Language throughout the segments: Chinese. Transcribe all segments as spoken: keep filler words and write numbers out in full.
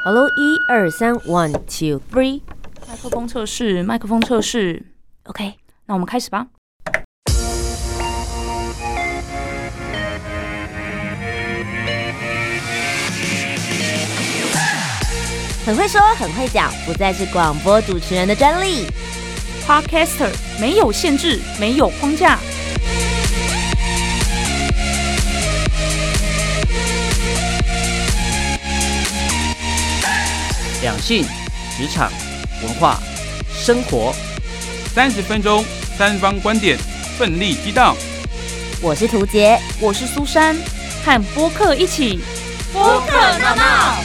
Hello， 一二三 ，one two three， 麦克风测试，麦克风测试 ，OK， 那我们开始吧。 很会说，很会讲，不再是广播主持人的专利。 Podcaster 没有限制，没有框架。 两性、职场、文化、生活， 三十分钟，三方观点，奋力激荡。 我是涂杰， 我是苏珊，和播客一起播客闹闹。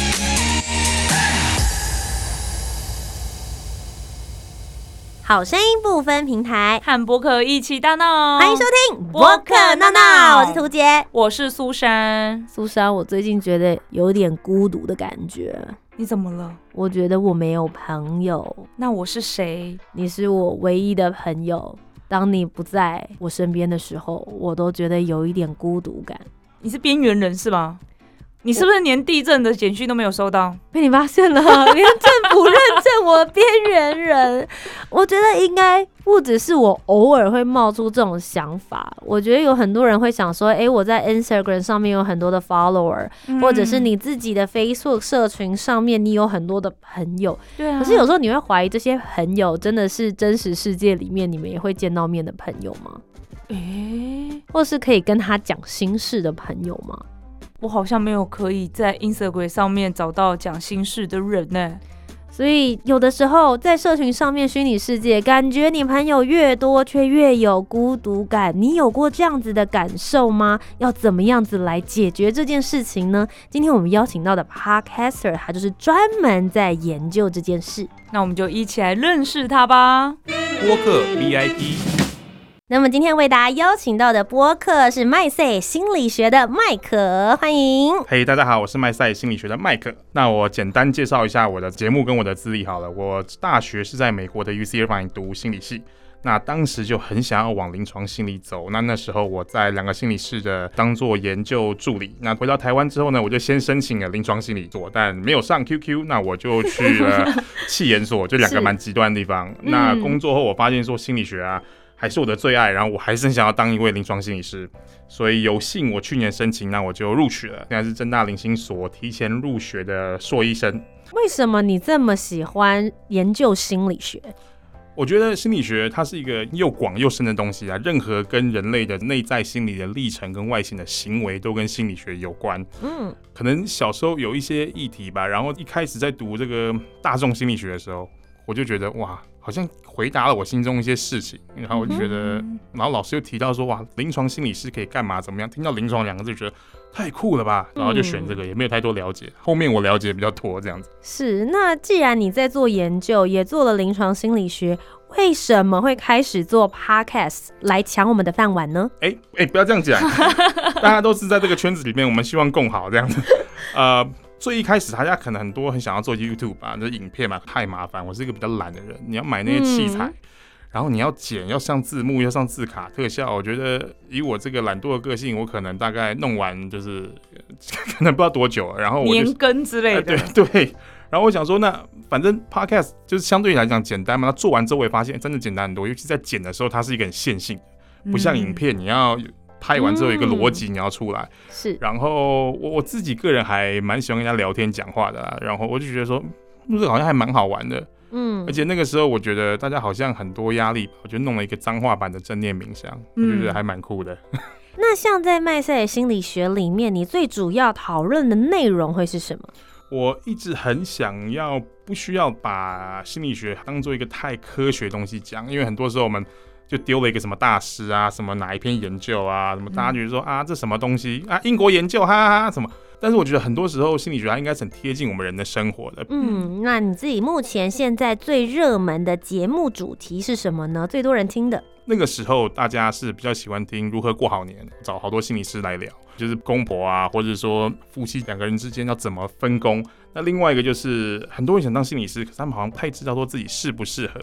好声音不分平台， 和播客一起大闹。 欢迎收听播客闹闹，我是涂杰， 我是苏珊。 苏珊，我最近觉得有点孤独的感觉。 你怎么了？ 我觉得我没有朋友。 那我是谁？ 你是我唯一的朋友。当你不在我身边的时候，我都觉得有一点孤独感。 你是边缘人是吗？你是不是连地震的简讯都没有收到？ 被你发现了，连政府认证我边缘人。我觉得应该不只是我偶尔会冒出这种想法，我觉得有很多人会想说，哎，我在 Instagram 上面有很多的 follower，、嗯、或者是你自己的 Facebook 社群上面你有很多的朋友。 对啊。 可是有时候你会怀疑这些朋友真的是真实世界里面你们也会见到面的朋友吗？ 诶， 或是可以跟他讲心事的朋友吗？ 我好像没有可以在 Instagram 上面找到讲心事的人呢。 所以有的时候在社群上面虚拟世界，感觉你朋友越多却越有孤独感。你有过这样子的感受吗？要怎么样子来解决这件事情呢？今天我们邀请到的 Podcaster 他就是专门在研究这件事。 那我们就一起来认识他吧。 播客 V I P。 那么今天为大家邀请到的播客是麦赛心理学的麦克，欢迎。 嘿、hey, 大家好，我是麦赛心理学的麦克。那我简单介绍一下我的节目跟我的资历好了。我大学是在美国的 U C Irvine 读心理系，那当时就很想要往临床心理走。那那时候我在两个心理室的当做研究助理。那回到台湾之后呢，我就先申请了临床心理所，但没有上 Q Q， 那我就去了企研所，就两个蛮极端的地方。嗯、那工作后我发现说心理学啊还是我的最爱，然后我还是很想要当一位临床心理师，所以有幸我去年申请，那我就录取了。现在是政大临心所提前入学的硕医生。 为什么你这么喜欢研究心理学？ 我觉得心理学它是一个又广又深的东西啊，任何跟人类的内在心理的历程跟外显的行为都跟心理学有关。嗯，可能小时候有一些议题吧，然后一开始在读这个大众心理学的时候，我就觉得哇，好像回答了我心中一些事情，然后我就觉得，嗯、然后老师又提到说，哇，临床心理师可以干嘛？怎么样？听到临床两个字，就觉得太酷了吧，然后就选这个，也没有太多了解。后面我了解比较多，这样子。 是，那既然你在做研究，也做了临床心理学，为什么会开始做 podcast 来抢我们的饭碗呢？ 哎、欸、哎、欸，不要这样讲，大家都是在这个圈子里面，我们希望共好这样子。呃。最一开始，大家可能很多很想要做 YouTube 吧，就是影片嘛，太麻烦。我是一个比较懒的人，你要买那些器材，嗯、然后你要剪，要上字幕，要上字卡、特效。我觉得以我这个懒惰的个性，我可能大概弄完就是可能不知道多久了。然后我就年更之类的， 呃、对对。然后我想说，那反正 Podcast 就是相对来讲简单嘛。那做完之后，我也发现真的简单很多，尤其在剪的时候，它是一个很线性的，不像影片，你要拍完之后有一个逻辑你要出来、嗯、 是， 然后我我自己个人还蛮喜欢跟人家聊天讲话的、啊，然后我就觉得说这个好像还蛮好玩的，嗯，而且那个时候我觉得大家好像很多压力，我就弄了一个脏话版的正念冥想，嗯、我就觉得还蛮酷的。 那像在麦赛心理学里面，你最主要讨论的内容会是什么？ 我一直很想要不需要把心理学当做一个太科学的东西讲，因为很多时候我们就丢了一个什么大师啊，什么哪一篇研究啊，什么大家觉得说、嗯、啊这什么东西啊，英国研究哈哈哈什么。但是我觉得很多时候心理学它应该是很贴近我们人的生活的。 嗯，那你自己目前现在最热门的节目主题是什么呢？最多人听的？ 那个时候大家是比较喜欢听如何过好年，找好多心理师来聊，就是公婆啊，或者说夫妻两个人之间要怎么分工。那另外一个就是很多人想当心理师，可是他们好像不太知道说自己适不适合。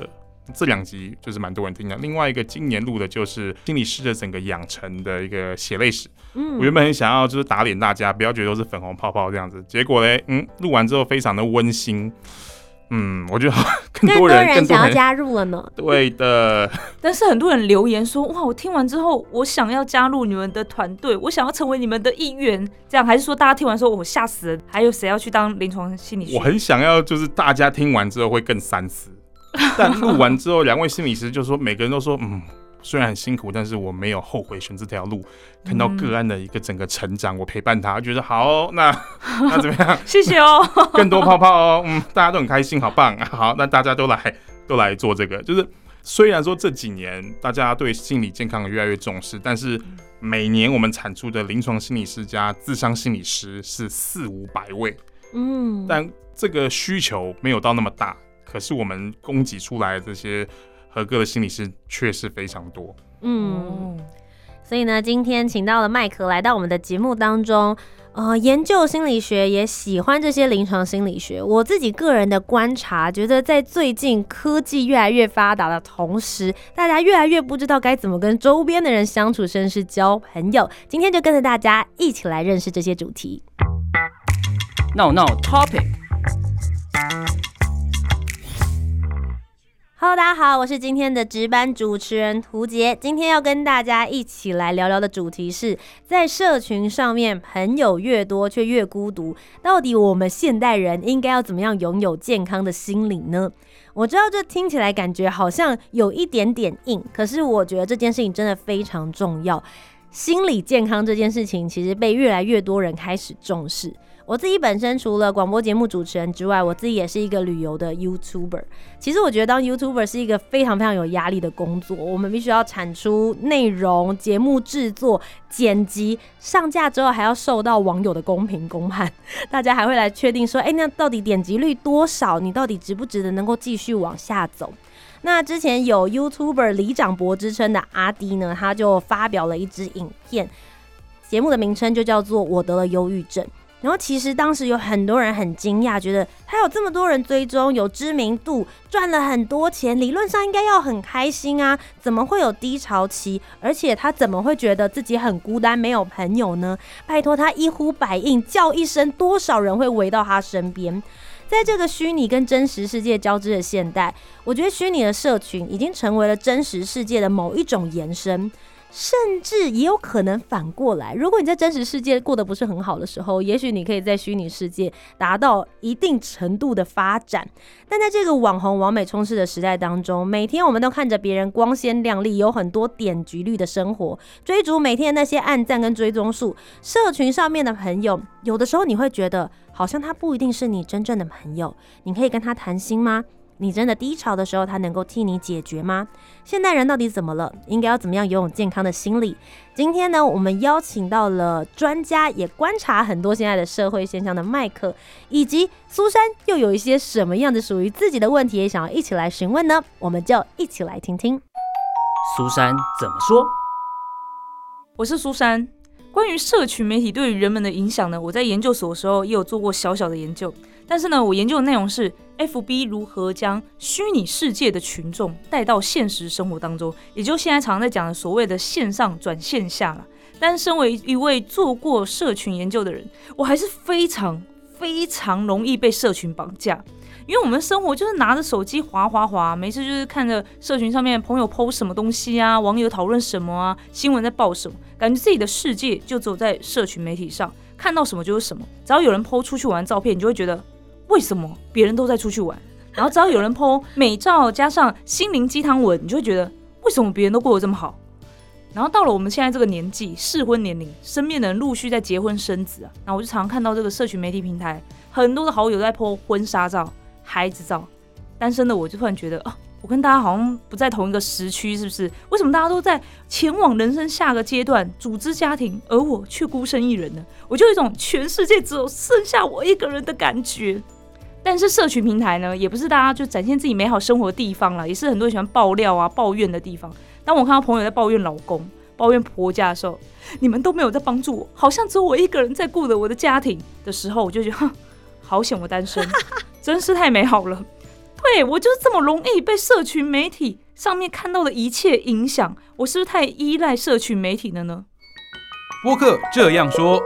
这两集就是蛮多人听的。另外一个今年录的就是心理师的整个养成的一个血泪史。嗯，我原本很想要就是打脸大家，不要觉得都是粉红泡泡这样子，结果嘞，嗯，录完之后非常的温馨。嗯，我觉得更多人更多人想要加入了呢。 对的， 但是很多人留言说，哇，我听完之后，我想要加入你们的团队，我想要成为你们的一员，这样还是说大家听完说，我吓死了，还有谁要去当临床心理学？ 我很想要，就是大家听完之后会更三思，但录完之后，两位心理师就说，每个人都说，嗯。虽然很辛苦，但是我没有后悔选这条路。看到个案的一个整个成长，我陪伴他，觉得好、哦，那那怎么样？ 谢谢哦， 更多泡泡哦，嗯，大家都很开心，好棒。好，那大家都来都来做这个。就是虽然说这几年大家对心理健康越来越重视，但是每年我们产出的临床心理师加諮商心理师是四五百位，嗯，但这个需求没有到那么大，可是我们供给出来的这些合格的心理师确实非常多。 嗯，所以呢，今天请到了麦克来到我们的节目当中，呃，研究心理学，也喜欢这些临床心理学。我自己个人的观察，觉得在最近科技越来越发达的同时，大家越来越不知道该怎么跟周边的人相处，甚至是交朋友。今天就跟着大家一起来认识这些主题。 闹闹 topic。 Hello， 大家好，我是今天的值班主持人涂杰。今天要跟大家一起来聊聊的主题是，在社群上面朋友越多却越孤独，到底我们现代人应该要怎么样拥有健康的心理呢？我知道这听起来感觉好像有一点点硬，可是我觉得这件事情真的非常重要。心理健康这件事情其实被越来越多人开始重视。我自己本身除了广播节目主持人之外，我自己也是一个旅游的 YouTuber。其实我觉得当 YouTuber 是一个非常非常有压力的工作，我们必须要产出内容、节目制作、剪辑、上架之后还要受到网友的公评公判，大家还会来确定说，哎，那到底点击率多少？你到底值不值得能够继续往下走？那之前有 YouTuber 里长伯之称的阿滴呢，他就发表了一支影片，节目的名称就叫做《我得了忧郁症》。然后其实当时有很多人很惊讶，觉得他有这么多人追踪，有知名度，赚了很多钱，理论上应该要很开心啊，怎么会有低潮期？而且他怎么会觉得自己很孤单，没有朋友呢？拜托，他一呼百应，叫一声，多少人会围到他身边？在这个虚拟跟真实世界交织的现代，我觉得虚拟的社群已经成为了真实世界的某一种延伸，甚至也有可能反过来，如果你在真实世界过得不是很好的时候，也许你可以在虚拟世界达到一定程度的发展。但在这个网红网美充斥的时代当中，每天我们都看着别人光鲜亮丽，有很多点击率的生活，追逐每天的那些按赞跟追踪数，社群上面的朋友，有的时候你会觉得好像他不一定是你真正的朋友。你可以跟他谈心吗？你真的低潮的时候，他能够替你解决吗？现代人到底怎么了？应该要怎么样拥有健康的心理？今天呢，我们邀请到了专家，也观察很多现在的社会现象的麦克，以及苏珊又有一些什么样的属于自己的问题，也想要一起来询问呢？我们就一起来听听苏珊怎么说。 我是苏珊。关于社群媒体对于人们的影响呢，我在研究所的时候也有做过小小的研究，但是呢，我研究的内容是 F B 如何将虚拟世界的群众带到现实生活当中，也就现在常常在讲的所谓的线上转线下啦。但身为一位做过社群研究的人，我还是非常非常容易被社群绑架。因为我们生活就是拿着手机滑滑滑，每次就是看着社群上面朋友 po 什么东西啊，网友讨论什么啊，新闻在报什么，感觉自己的世界就只有在社群媒体上，看到什么就是什么。只要有人 po 出去玩照片，你就会觉得为什么别人都在出去玩？然后只要有人 po 美照加上心灵鸡汤文，你就会觉得为什么别人都过得这么好？然后到了我们现在这个年纪，适婚年龄，身边的人陆续在结婚生子啊，然后我就常常看到这个社群媒体平台，很多的好友在 po 婚纱照、孩子照。单身的我就突然觉得啊，我跟大家好像不在同一个时区，是不是？为什么大家都在前往人生下个阶段，组织家庭，而我却孤身一人呢？我就有一种全世界只有剩下我一个人的感觉。但是社群平台呢，也不是大家就展现自己美好生活的地方啦，也是很多人喜欢爆料啊、抱怨的地方。当我看到朋友在抱怨老公、抱怨婆家的时候，你们都没有在帮助我，好像只有我一个人在顾着我的家庭的时候，我就觉得，好险我单身，真是太美好了。 对，我就是这么容易被社群媒体上面看到的一切影响，我是不是太依赖社群媒体了呢？ 播客这样说。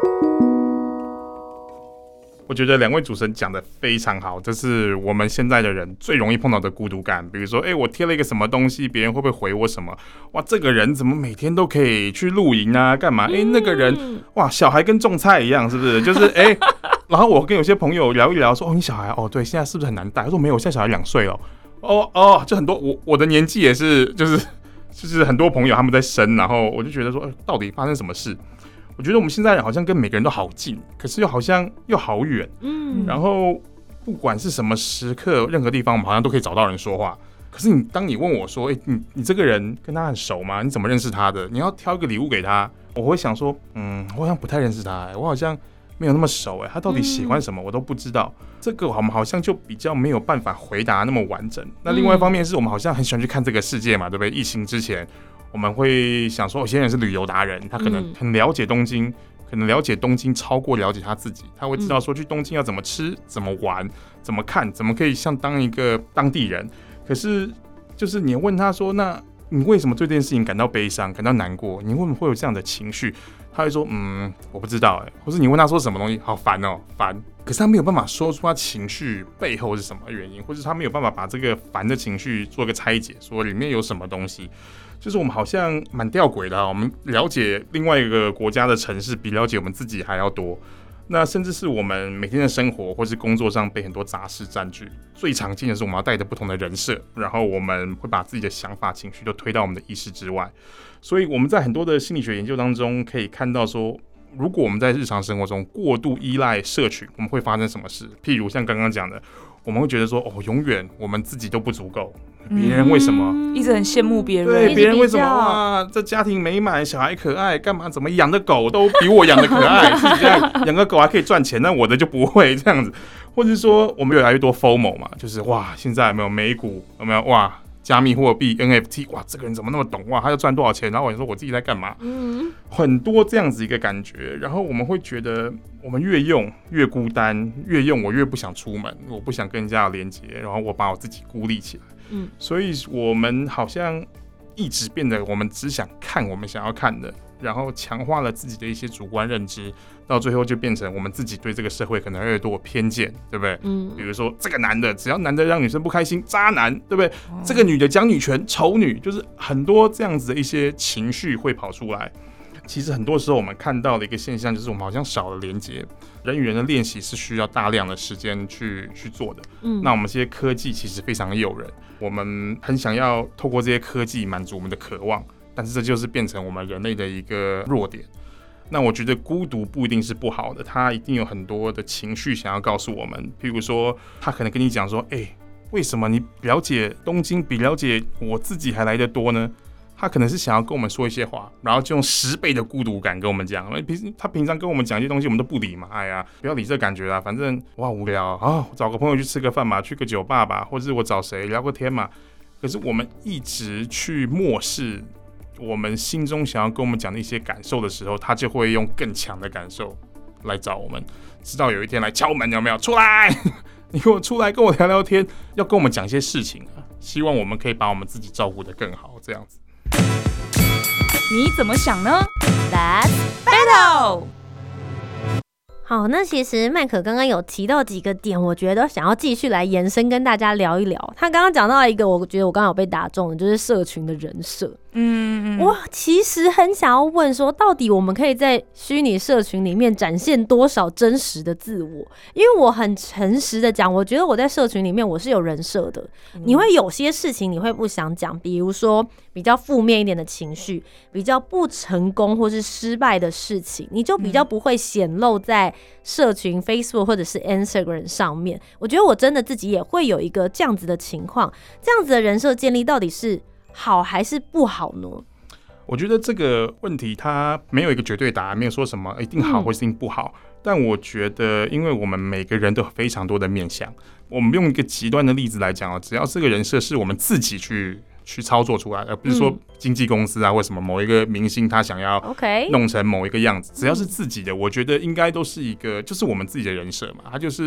我觉得两位主持人讲的非常好，这是我们现在的人最容易碰到的孤独感。比如说，哎、欸，我贴了一个什么东西，别人会不会回我什么？哇，这个人怎么每天都可以去露营啊？干嘛？哎、欸，那个人，哇，小孩跟种菜一样，是不是？就是哎、欸，然后我跟有些朋友聊一聊，说，哦，你小孩，哦，对，现在是不是很难带？他说没有，现在小孩两岁了。哦哦，就很多，我我的年纪也是，就是就是很多朋友他们在生，然后我就觉得说，欸、到底发生什么事？我觉得我们现在人好像跟每个人都好近，可是又好像又好远。嗯，然后不管是什么时刻、任何地方，我们好像都可以找到人说话。可是你当你问我说：“哎、欸，你你这个人跟他很熟吗？你怎么认识他的？你要挑一个礼物给他。”我会想说：“嗯，我好像不太认识他、欸，我好像没有那么熟、欸，他到底喜欢什么我都不知道。嗯”这个我们好像就比较没有办法回答那么完整。那另外一方面是我们好像很喜欢去看这个世界嘛，对不对？疫情之前。我们会想说，有些人是旅游达人，他可能很了解东京，可能了解东京超过了解他自己，他会知道说去东京要怎么吃、怎么玩、怎么看、怎么可以像当一个当地人。可是，就是你问他说，那你为什么对这件事情感到悲伤、感到难过？你为什么会有这样的情绪？他会说，嗯，我不知道哎、欸。或是你问他说什么东西，好烦哦，烦。可是他没有办法说出他情绪背后是什么原因，或是他没有办法把这个烦的情绪做个拆解，说里面有什么东西。就是我们好像蛮吊诡的、啊，我们了解另外一个国家的城市比了解我们自己还要多。那甚至是我们每天的生活或是工作上被很多杂事占据。最常见的是我们要带着不同的人设，然后我们会把自己的想法、情绪都推到我们的意识之外。所以我们在很多的心理学研究当中可以看到说，如果我们在日常生活中过度依赖社群，我们会发生什么事？譬如像刚刚讲的，我们会觉得说，哦，永远我们自己都不足够，别人为什么、 嗯、一直很羡慕别人？ 对，别人为什么哇，这家庭美满，小孩可爱，干嘛？怎么养的狗都比我养的可爱？是这样，养个狗还可以赚钱，那我的就不会这样子。或者说，我们越来越多 F O M O 嘛，就是哇，现在有没有美股？有没有哇？加密货币 N F T， 哇，这个人怎么那么懂哇？他要赚多少钱？然后我说我自己在干嘛？嗯，很多这样子一个感觉，然后我们会觉得，我们越用越孤单，越用我越不想出门，我不想跟人家有连接，然后我把我自己孤立起来。嗯，所以我们好像一直变得，我们只想看我们想要看的，然后强化了自己的一些主观认知，到最后就变成我们自己对这个社会可能越来越多的偏见，对不对？嗯，比如说这个男的，只要男的让女生不开心，渣男，对不对？哦、这个女的讲女权，丑女，就是很多这样子的一些情绪会跑出来。其实很多时候我们看到的一个现象，就是我们好像少了连结。人与人的练习是需要大量的时间去去做的。嗯，那我们这些科技其实非常诱人，我们很想要透过这些科技满足我们的渴望，但是这就是变成我们人类的一个弱点。那我觉得孤独不一定是不好的，他一定有很多的情绪想要告诉我们。譬如说，他可能跟你讲说，哎、欸，为什么你了解东京比了解我自己还来得多呢？他可能是想要跟我们说一些话，然后就用十倍的孤独感跟我们讲。他平常跟我们讲一些东西，我们都不理嘛。哎呀，不要理这感觉啦，反正我好无聊啊，找个朋友去吃个饭嘛，去个酒吧吧，或者是我找谁聊个天嘛。可是我们一直去漠视我们心中想要跟我们讲的一些感受的时候，他就会用更强的感受来找我们，直到有一天来敲门，有没有？出来，你给我出来跟我聊聊天，要跟我们讲一些事情啊，希望我们可以把我们自己照顾得更好，这样子。 你怎么想呢 ？Let's battle。 好，那其实麦可刚刚有提到几个点，我觉得想要继续来延伸跟大家聊一聊。他刚刚讲到一个，我觉得我刚刚有被打中的，就是社群的人设。嗯，我其实很想要问说，到底我们可以在虚拟社群里面展现多少真实的自我？因为我很诚实的讲，我觉得我在社群里面我是有人设的。嗯、你会有些事情你会不想讲，比如说比较负面一点的情绪，比较不成功或是失败的事情，你就比较不会显露在社群 Facebook 或者是 Instagram 上面。我觉得我真的自己也会有一个这样子的情况，这样子的人设建立到底是好还是不好呢？ 我觉得这个问题它没有一个绝对答案，没有说什么一定好或是一定不好、嗯、但我觉得因为我们每个人都有非常多的面向，我们用一个极端的例子来讲，只要这个人设是我们自己去去操作出来，而不是说经纪公司啊或什么某一个明星他想要弄成某一个样子，只要是自己的，我觉得应该都是一个就是我们自己的人设嘛，他就是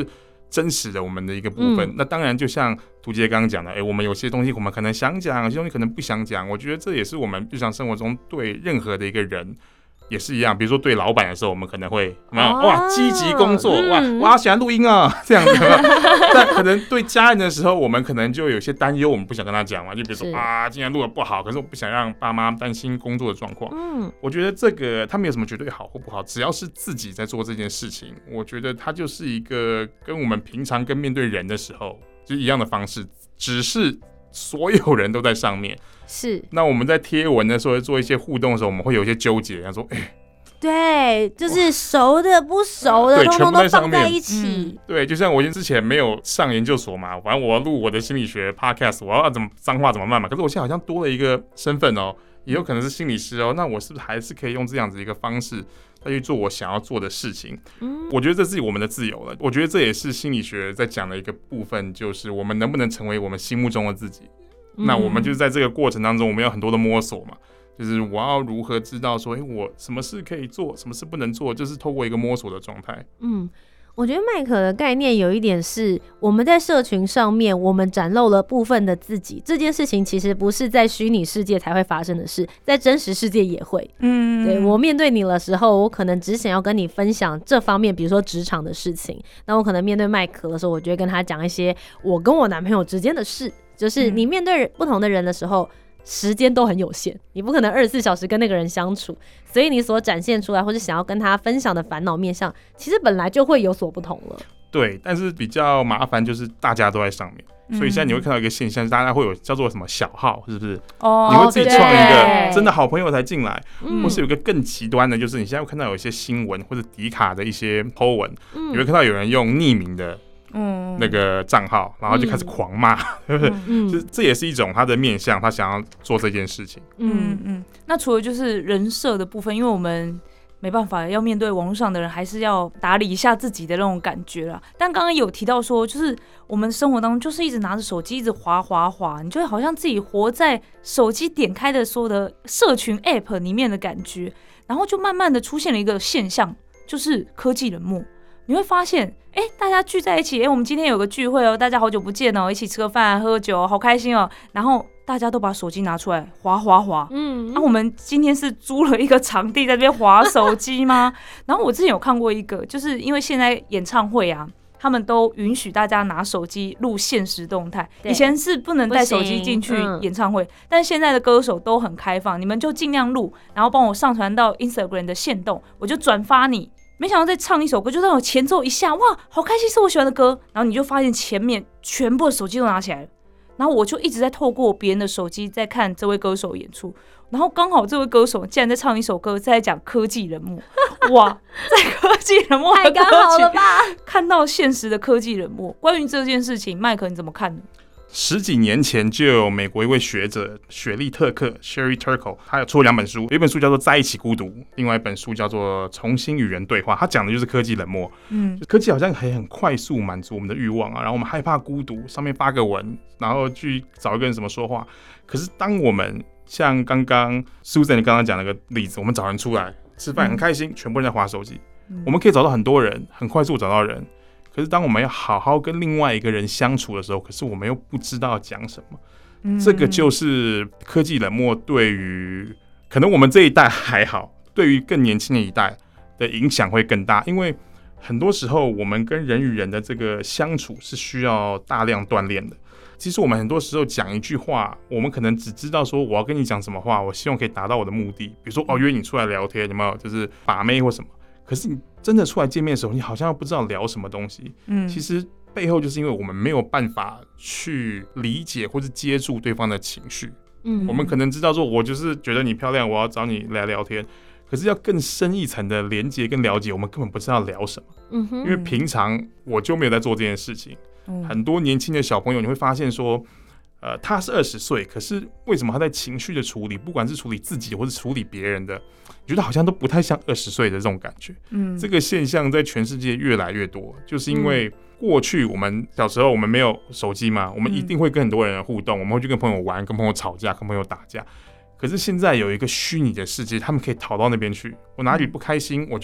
真实的我们的一个部分。嗯、那当然，就像涂杰刚刚讲的，哎、欸，我们有些东西我们可能想讲，有些东西可能不想讲。我觉得这也是我们日常生活中对任何的一个人也是一样。比如说对老板的时候，我们可能会有没有、哦、哇积极工作，嗯、哇我好喜欢录音啊这样子。但可能对家人的时候，我们可能就有些担忧，我们不想跟他讲嘛。就比如说啊，今天录的不好，可是我不想让爸妈担心工作的状况。嗯，我觉得这个他没有什么绝对好或不好，只要是自己在做这件事情，我觉得它就是一个跟我们平常跟面对人的时候就一样的方式，只是所有人都在上面。 是。 那我们在贴文的时候做一些互动的时候，我们会有一些纠结，他说，哎、欸。 对，就是熟的不熟的，通通都放在一起。 嗯、对，就像我之前没有上研究所嘛，反正我要录我的心理学 podcast， 我要怎么脏话怎么慢嘛。可是我现在好像多了一个身份哦，也有可能是心理师哦。那我是不是还是可以用这样子一个方式再去做我想要做的事情？嗯，我觉得这是我们的自由了。我觉得这也是心理学在讲的一个部分，就是我们能不能成为我们心目中的自己。嗯、那我们就是在这个过程当中，我们有很多的摸索嘛。就是我要如何知道说，哎、欸，我什么事可以做，什么事不能做，就是透过一个摸索的状态。 嗯，我觉得麦可的概念有一点是，我们在社群上面，我们展露了部分的自己，这件事情其实不是在虚拟世界才会发生的事，在真实世界也会。嗯，对，我面对你的时候，我可能只想要跟你分享这方面，比如说职场的事情。那我可能面对麦可的时候，我就会跟他讲一些我跟我男朋友之间的事。就是你面对不同的人的时候，时间都很有限，你不可能二十四小时跟那个人相处，所以你所展现出来或是想要跟他分享的烦恼面向，其实本来就会有所不同了。 对，但是比较麻烦就是大家都在上面，嗯、所以现在你会看到一个现象，大家会有叫做什么小号，是不是？哦，你会自己创一个真的好朋友才进来，嗯、或是有一个更极端的，就是你现在会看到有一些新闻或者迪卡的一些 po 文，嗯、你会看到有人用匿名的。嗯，那个账号，然后就开始狂骂，对不对？嗯，就这也是一种他的面向，他想要做这件事情。 嗯嗯。那除了就是人设的部分，因为我们没办法要面对网络上的人，还是要打理一下自己的那种感觉啦。但刚刚有提到说，就是我们生活当中就是一直拿着手机，一直滑滑滑，你就会好像自己活在手机点开的所有的社群 app 里面的感觉，然后就慢慢的出现了一个现象，就是科技冷漠。你会发现，哎、欸，大家聚在一起，哎、欸，我们今天有个聚会哦，大家好久不见哦，一起吃个饭、喝酒，好开心哦。然后大家都把手机拿出来滑滑滑，嗯，那、啊、我们今天是租了一个场地在这边滑手机吗？然后我之前有看过一个，就是因为现在演唱会啊，他们都允许大家拿手机录限时动态，以前是不能带手机进去演唱会，嗯、但现在的歌手都很开放，你们就尽量录，然后帮我上传到 Instagram 的限动，我就转发你。没想到再唱一首歌，就让我前奏一下，哇，好开心，是我喜欢的歌。然后你就发现前面全部的手机都拿起来了，然后我就一直在透过别人的手机在看这位歌手演出，然后刚好这位歌手竟然在唱一首歌，在讲科技冷漠，哇，在科技冷漠太刚好了吧？ 看到现实的科技冷漠，关于这件事情，麦克你怎么看呢？ 十几年前就有美国一位学者雪莉特克 Sherry Turkle， 他有出了两本书，有一本书叫做《在一起孤独》，另外一本书叫做《重新与人对话》。他讲的就是科技冷漠，嗯，科技好像可以很快速满足我们的欲望啊，然后我们害怕孤独，上面发个文，然后去找一个人什么说话。可是当我们像刚刚 Susan 刚刚讲那个例子，我们找人出来吃饭很开心，嗯、全部人在滑手机，嗯、我们可以找到很多人，很快速找到人。可是当我们要好好跟另外一个人相处的时候，可是我们又不知道讲什么，嗯、这个就是科技冷漠对于可能我们这一代还好，对于更年轻的一代的影响会更大，因为很多时候我们跟人与人的这个相处是需要大量锻炼的。其实我们很多时候讲一句话，我们可能只知道说我要跟你讲什么话，我希望可以达到我的目的，比如说哦约你出来聊天，有没有就是把妹或什么。可是你真的出来见面的时候，你好像不知道聊什么东西。嗯，其实背后就是因为我们没有办法去理解或是接住对方的情绪。嗯，我们可能知道说，我就是觉得你漂亮，我要找你来聊天。可是要更深一层的连接跟了解，我们根本不知道聊什么。嗯哼，因为平常我就没有在做这件事情。嗯，很多年轻的小朋友，你会发现说，呃，他是二十岁，可是为什么他在情绪的处理，不管是处理自己或是处理别人的，你觉得好像都不太像二十岁的这种感觉。嗯，这个现象在全世界越来越多，就是因为过去我们小时候我们没有手机嘛，我们一定会跟很多人互动，我们会去跟朋友玩，跟朋友吵架，跟朋友打架。可是现在有一个虚拟的世界，他们可以逃到那边去。我哪里不开心，我就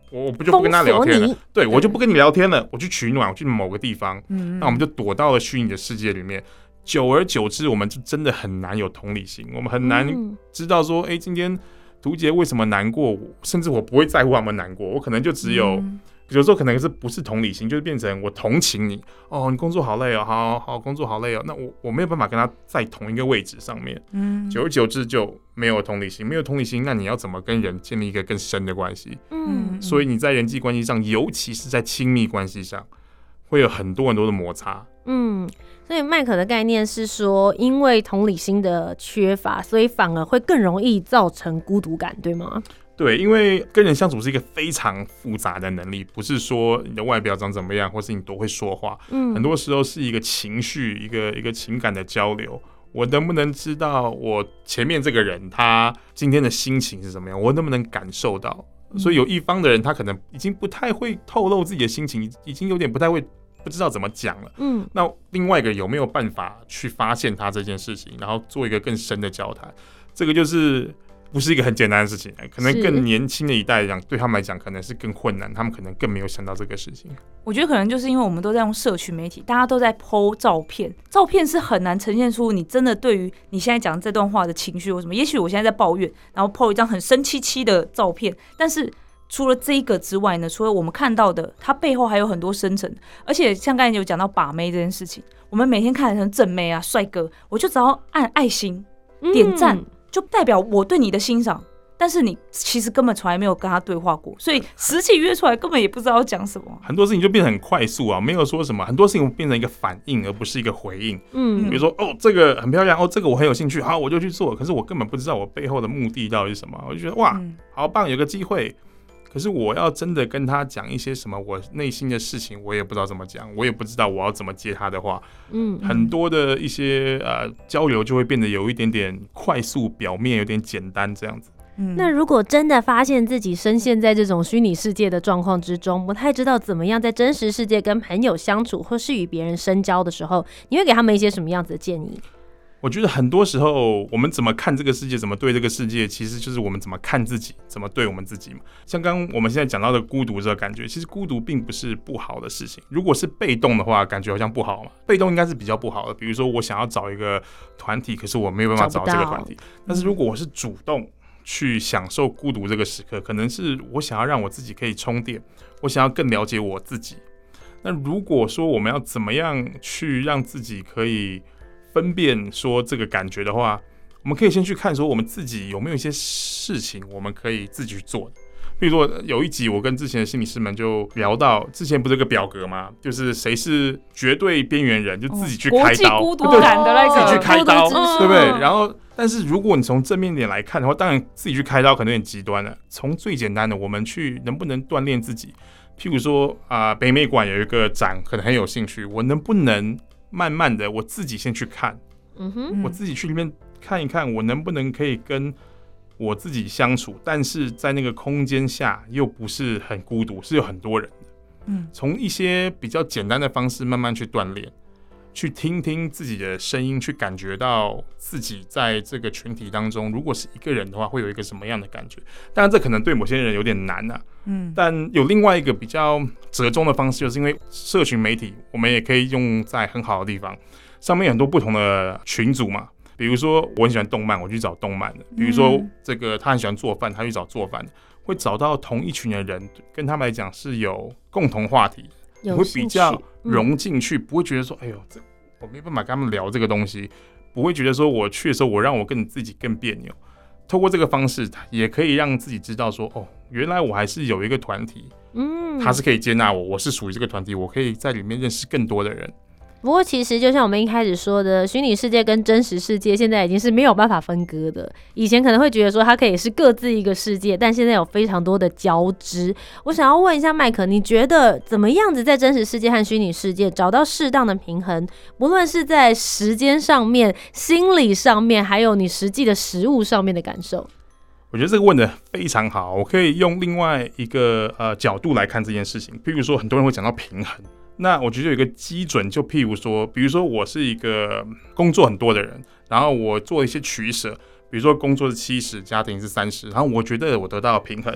我我不就不跟他聊天了，对我就不跟你聊天了，我去取暖，我去某个地方，嗯，那我们就躲到了虚拟的世界里面。久而久之，我们就真的很难有同理心，我们很难知道说，哎、嗯欸，今天屠洁为什么难过，甚至我不会在乎他们难过，我可能就只有。嗯有时候可能是不是同理心，就是变成我同情你哦，你工作好累哦，好好好工作好累哦，那我我没有办法跟他在同一个位置上面，嗯，久而久之就没有同理心，没有同理心，那你要怎么跟人建立一个更深的关系？嗯，所以你在人际关系上，尤其是在亲密关系上，会有很多很多的摩擦。 嗯，所以麦克的概念是说，因为同理心的缺乏，所以反而会更容易造成孤独感，对吗？ 对，因为跟人相处是一个非常复杂的能力，不是说你的外表长怎么样，或是你多会说话，嗯，很多时候是一个情绪，一个一个情感的交流。我能不能知道我前面这个人他今天的心情是怎么样？我能不能感受到？所以有一方的人他可能已经不太会透露自己的心情，已经有点不太会。不知道怎么讲了，嗯，那另外一个有没有办法去发现他这件事情，然后做一个更深的交谈？这个就是不是一个很简单的事情，可能更年轻的一代讲，对他们来讲可能是更困难，他们可能更没有想到这个事情。 我觉得可能就是因为我们都在用社群媒体，大家都在 po 照片，照片是很难呈现出你真的对于你现在讲这段话的情绪或什么。也许我现在在抱怨，然后 po 一张很生气气的照片，但是。除了这一个之外呢，除了我们看到的，它背后还有很多深层。而且像刚才有讲到把妹这件事情，我们每天看成正妹啊、帅哥，我就只要按爱心、点赞，嗯、就代表我对你的欣赏。但是你其实根本从来没有跟他对话过，所以实际约出来根本也不知道要讲什么。 很多事情就变得很快速啊，没有说什么，很多事情变成一个反应，而不是一个回应。嗯，比如说哦，这个很漂亮，哦，这个我很有兴趣，好，我就去做。可是我根本不知道我背后的目的到底是什么，我就觉得哇，嗯、好棒，有个机会。可是我要真的跟他讲一些什么我内心的事情，我也不知道怎么讲，我也不知道我要怎么接他的话。嗯，很多的一些呃交流就会变得有一点点快速、表面有点简单这样子。 嗯，那如果真的发现自己深陷在这种虚拟世界的状况之中，不太知道怎么样在真实世界跟朋友相处，或是与别人深交的时候，你会给他们一些什么样子的建议？ 我觉得很多时候我们怎么看这个世界，怎么对这个世界，其实就是我们怎么看自己，怎么对我们自己嘛。像刚刚我们现在讲到的孤独这个感觉，其实孤独并不是不好的事情。如果是被动的话，感觉好像不好嘛。被动应该是比较不好的。比如说我想要找一个团体，可是我没有办法找这个团体。但是如果我是主动去享受孤独这个时刻，可能是我想要让我自己可以充电，我想要更了解我自己。那如果说我们要怎么样去让自己可以分辨说这个感觉的话，我们可以先去看说我们自己有没有一些事情我们可以自己去做的。比如说有一集我跟之前的心理师们就聊到，之前不是有个表格吗？就是谁是绝对边缘人，就自己去开刀， 国际孤独感的那个， 自己去开刀，对不对？然后，但是如果你从正面点来看的话，当然自己去开刀可能有点极端了。从最简单的，我们去能不能锻炼自己？譬如说啊、呃，北美馆有一个展，可能很有兴趣，我能不能慢慢的我自己先去看，嗯哼，我自己去里面看一看，我能不能可以跟我自己相处，但是在那个空间下又不是很孤独，是有很多人的。嗯，从一些比较简单的方式慢慢去锻炼，去听听自己的声音，去感觉到自己在这个群体当中，如果是一个人的话，会有一个什么样的感觉？当然，这可能对某些人有点难啊。嗯，但有另外一个比较折中的方式，就是因为社群媒体，我们也可以用在很好的地方，上面有很多不同的群组嘛。比如说我很喜欢动漫，我去找动漫的；比如说这个他很喜欢做饭，他去找做饭的，会找到同一群的人，跟他们来讲是有共同话题的，你会比较融进去，不会觉得说，哎呦，这我没办法跟他们聊这个东西，不会觉得说我去的时候，我让我跟你自己更别扭。透过这个方式，也可以让自己知道说，哦，原来我还是有一个团体，嗯，他是可以接纳我，我是属于这个团体，我可以在里面认识更多的人。 不过其实就像我们一开始说的，虚拟世界跟真实世界现在已经是没有办法分割的。以前可能会觉得说它可以是各自一个世界，但现在有非常多的交织。我想要问一下麦克，你觉得怎么样子在真实世界和虚拟世界找到适当的平衡？不论是在时间上面、心理上面，还有你实际的实物上面的感受。 我觉得这个问得非常好，我可以用另外一个呃角度来看这件事情。譬如说，很多人会讲到平衡。那我觉得有一个基准，就譬如说，比如说我是一个工作很多的人，然后我做一些取舍，比如说工作是七十，家庭是三十，然后我觉得我得到了平衡，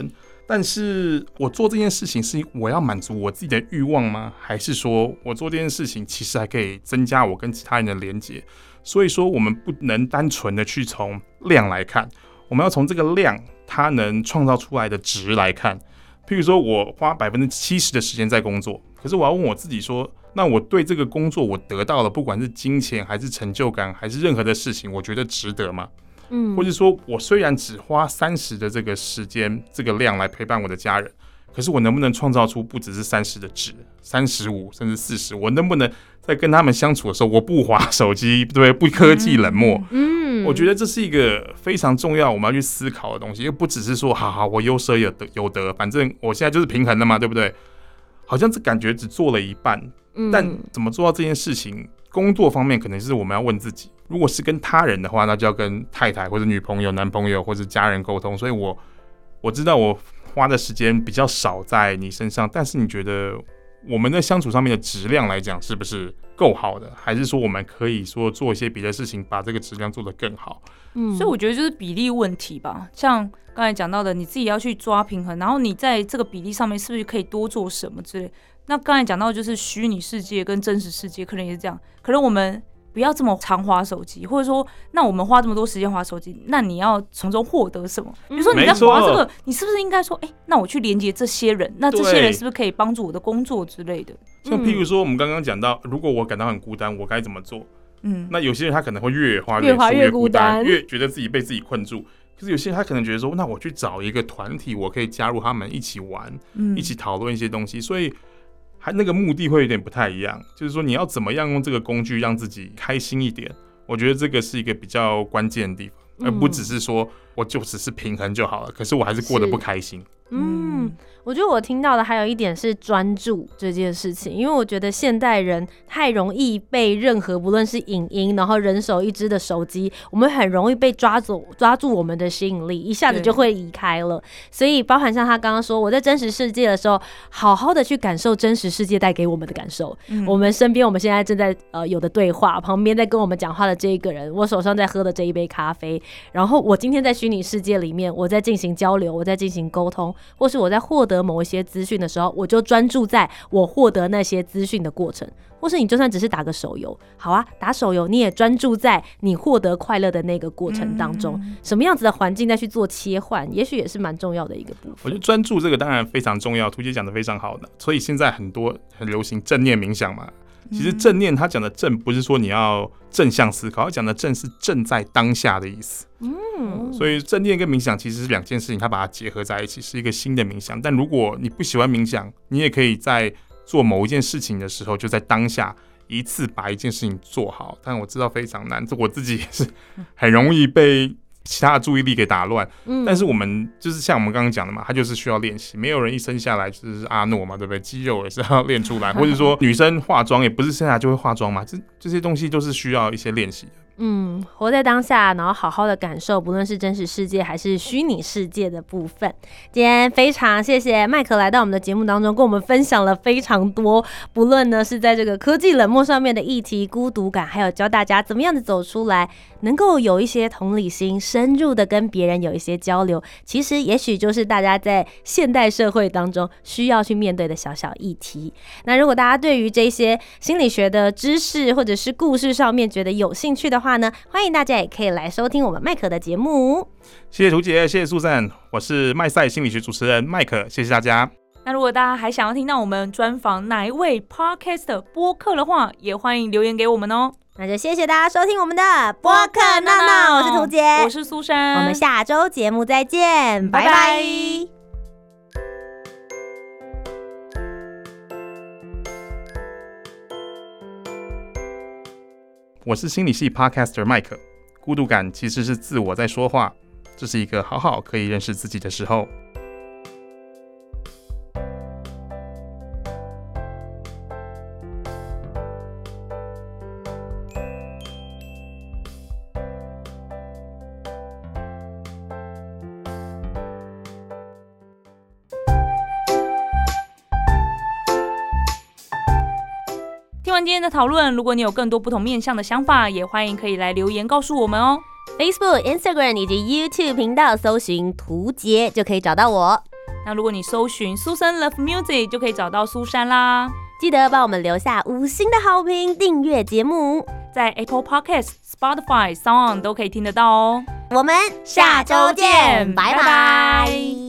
但是我做这件事情是我要满足我自己的欲望吗？还是说我做这件事情其实还可以增加我跟其他人的连结？所以说我们不能单纯的去从量来看，我们要从这个量它能创造出来的值来看。譬如说我花百分之七十的时间在工作，可是我要问我自己说，那我对这个工作我得到了不管是金钱还是成就感还是任何的事情，我觉得值得吗？嗯，或者说我虽然只花三十的这个时间这个量来陪伴我的家人，可是我能不能创造出不只是三十的值，三十五甚至四十？我能不能在跟他们相处的时候，我不滑手机，对，不科技冷漠？嗯，我觉得这是一个非常重要我们要去思考的东西，又不只是说，好好我有舍有得有得，反正我现在就是平衡的嘛，对不对？好像这感觉只做了一半，但怎么做到这件事情？工作方面可能是我们要问自己，如果是跟他人的话，那就要跟太太或者女朋友、男朋友或者家人沟通。所以我我知道我花的时间比较少在你身上，但是你觉得我们的相处上面的质量来讲是不是够好的？还是说我们可以说做一些别的事情，把这个质量做得更好？ 嗯，所以我觉得就是比例问题吧。像刚才讲到的，你自己要去抓平衡，然后你在这个比例上面是不是可以多做什么之类。那刚才讲到就是虚拟世界跟真实世界，可能也是这样。可能我们不要这么常滑手机，或者说，那我们花这么多时间滑手机，那你要从中获得什么？比如说你在滑这个，你是不是应该说，哎、欸，那我去连接这些人，那这些人是不是可以帮助我的工作之类的？ 像譬如说，我们刚刚讲到，如果我感到很孤单，我该怎么做？嗯，那有些人他可能会越滑越疏越孤单，越觉得自己被自己困住。可是有些人他可能觉得说，那我去找一个团体，我可以加入他们一起玩，嗯、一起讨论一些东西，所以。还那个目的会有点不太一样，就是说你要怎么样用这个工具让自己开心一点，我觉得这个是一个比较关键的地方，嗯、而不只是说我就只是平衡就好了，可是我还是过得不开心。 嗯，我觉得我听到的还有一点是专注这件事情，因为我觉得现代人太容易被任何不论是影音，然后人手一只的手机，我们很容易被抓走，抓住我们的吸引力，一下子就会离开了。所以包含像他刚刚说，我在真实世界的时候，好好的去感受真实世界带给我们的感受。嗯、我们身边我们现在正在呃有的对话，旁边在跟我们讲话的这一个人，我手上在喝的这一杯咖啡，然后我今天在虚拟世界里面，我在进行交流，我在进行沟通。或是我在获得某一些资讯的时候，我就专注在我获得那些资讯的过程。或是你就算只是打个手游，好啊，打手游你也专注在你获得快乐的那个过程当中，嗯、什么样子的环境再去做切换，也许也是蛮重要的一个部分。 我觉得专注这个当然非常重要，涂姐讲的非常好的，所以现在很多很流行正念冥想嘛。其实正念他讲的正不是说你要正向思考，他讲的正是正在当下的意思。嗯，所以正念跟冥想其实是两件事情，他把它结合在一起，是一个新的冥想。但如果你不喜欢冥想，你也可以在做某一件事情的时候，就在当下一次把一件事情做好。但我知道非常难，这我自己也是很容易被其他的注意力给打乱。嗯，但是我们就是像我们刚刚讲的嘛，它就是需要练习，没有人一生下来就是阿诺嘛，对不对？肌肉也是要练出来，或者说女生化妆也不是生下来就会化妆嘛，这这些东西都是需要一些练习的。 嗯，活在当下，然后好好的感受，不论是真实世界还是虚拟世界的部分。今天非常谢谢麦克来到我们的节目当中，跟我们分享了非常多，不论呢是在这个科技冷漠上面的议题、孤独感，还有教大家怎么样的走出来，能够有一些同理心，深入的跟别人有一些交流。其实也许就是大家在现代社会当中需要去面对的小小议题。那如果大家对于这些心理学的知识或者是故事上面觉得有兴趣的话呢，欢迎大家也可以来收听我们麦克的节目。 谢谢涂姐，谢谢苏珊，我是麦赛心理学主持人麦克，谢谢大家。 那如果大家还想要听到我们专访哪一位 podcast 播客的话，也欢迎留言给我们哦。 那就谢谢大家收听我们的播客闹闹，我是涂姐， 我是苏珊， 我们下周节目再见，拜拜。 我是心理系 Podcaster 麦克。孤独感其实是自我在说话，这是一个好好可以认识自己的时候。 听完今天的讨论，如果你有更多不同面向的想法，也欢迎可以来留言告诉我们哦。 Facebook、Instagram 以及 YouTube 频道搜寻涂杰就可以找到我。 那如果你搜寻苏珊 Love Music 就可以找到苏珊啦。 记得帮我们留下五星的好评，订阅节目， 在 Apple Podcast、Spotify、Sound 都可以听得到哦。 我们下周见，拜拜。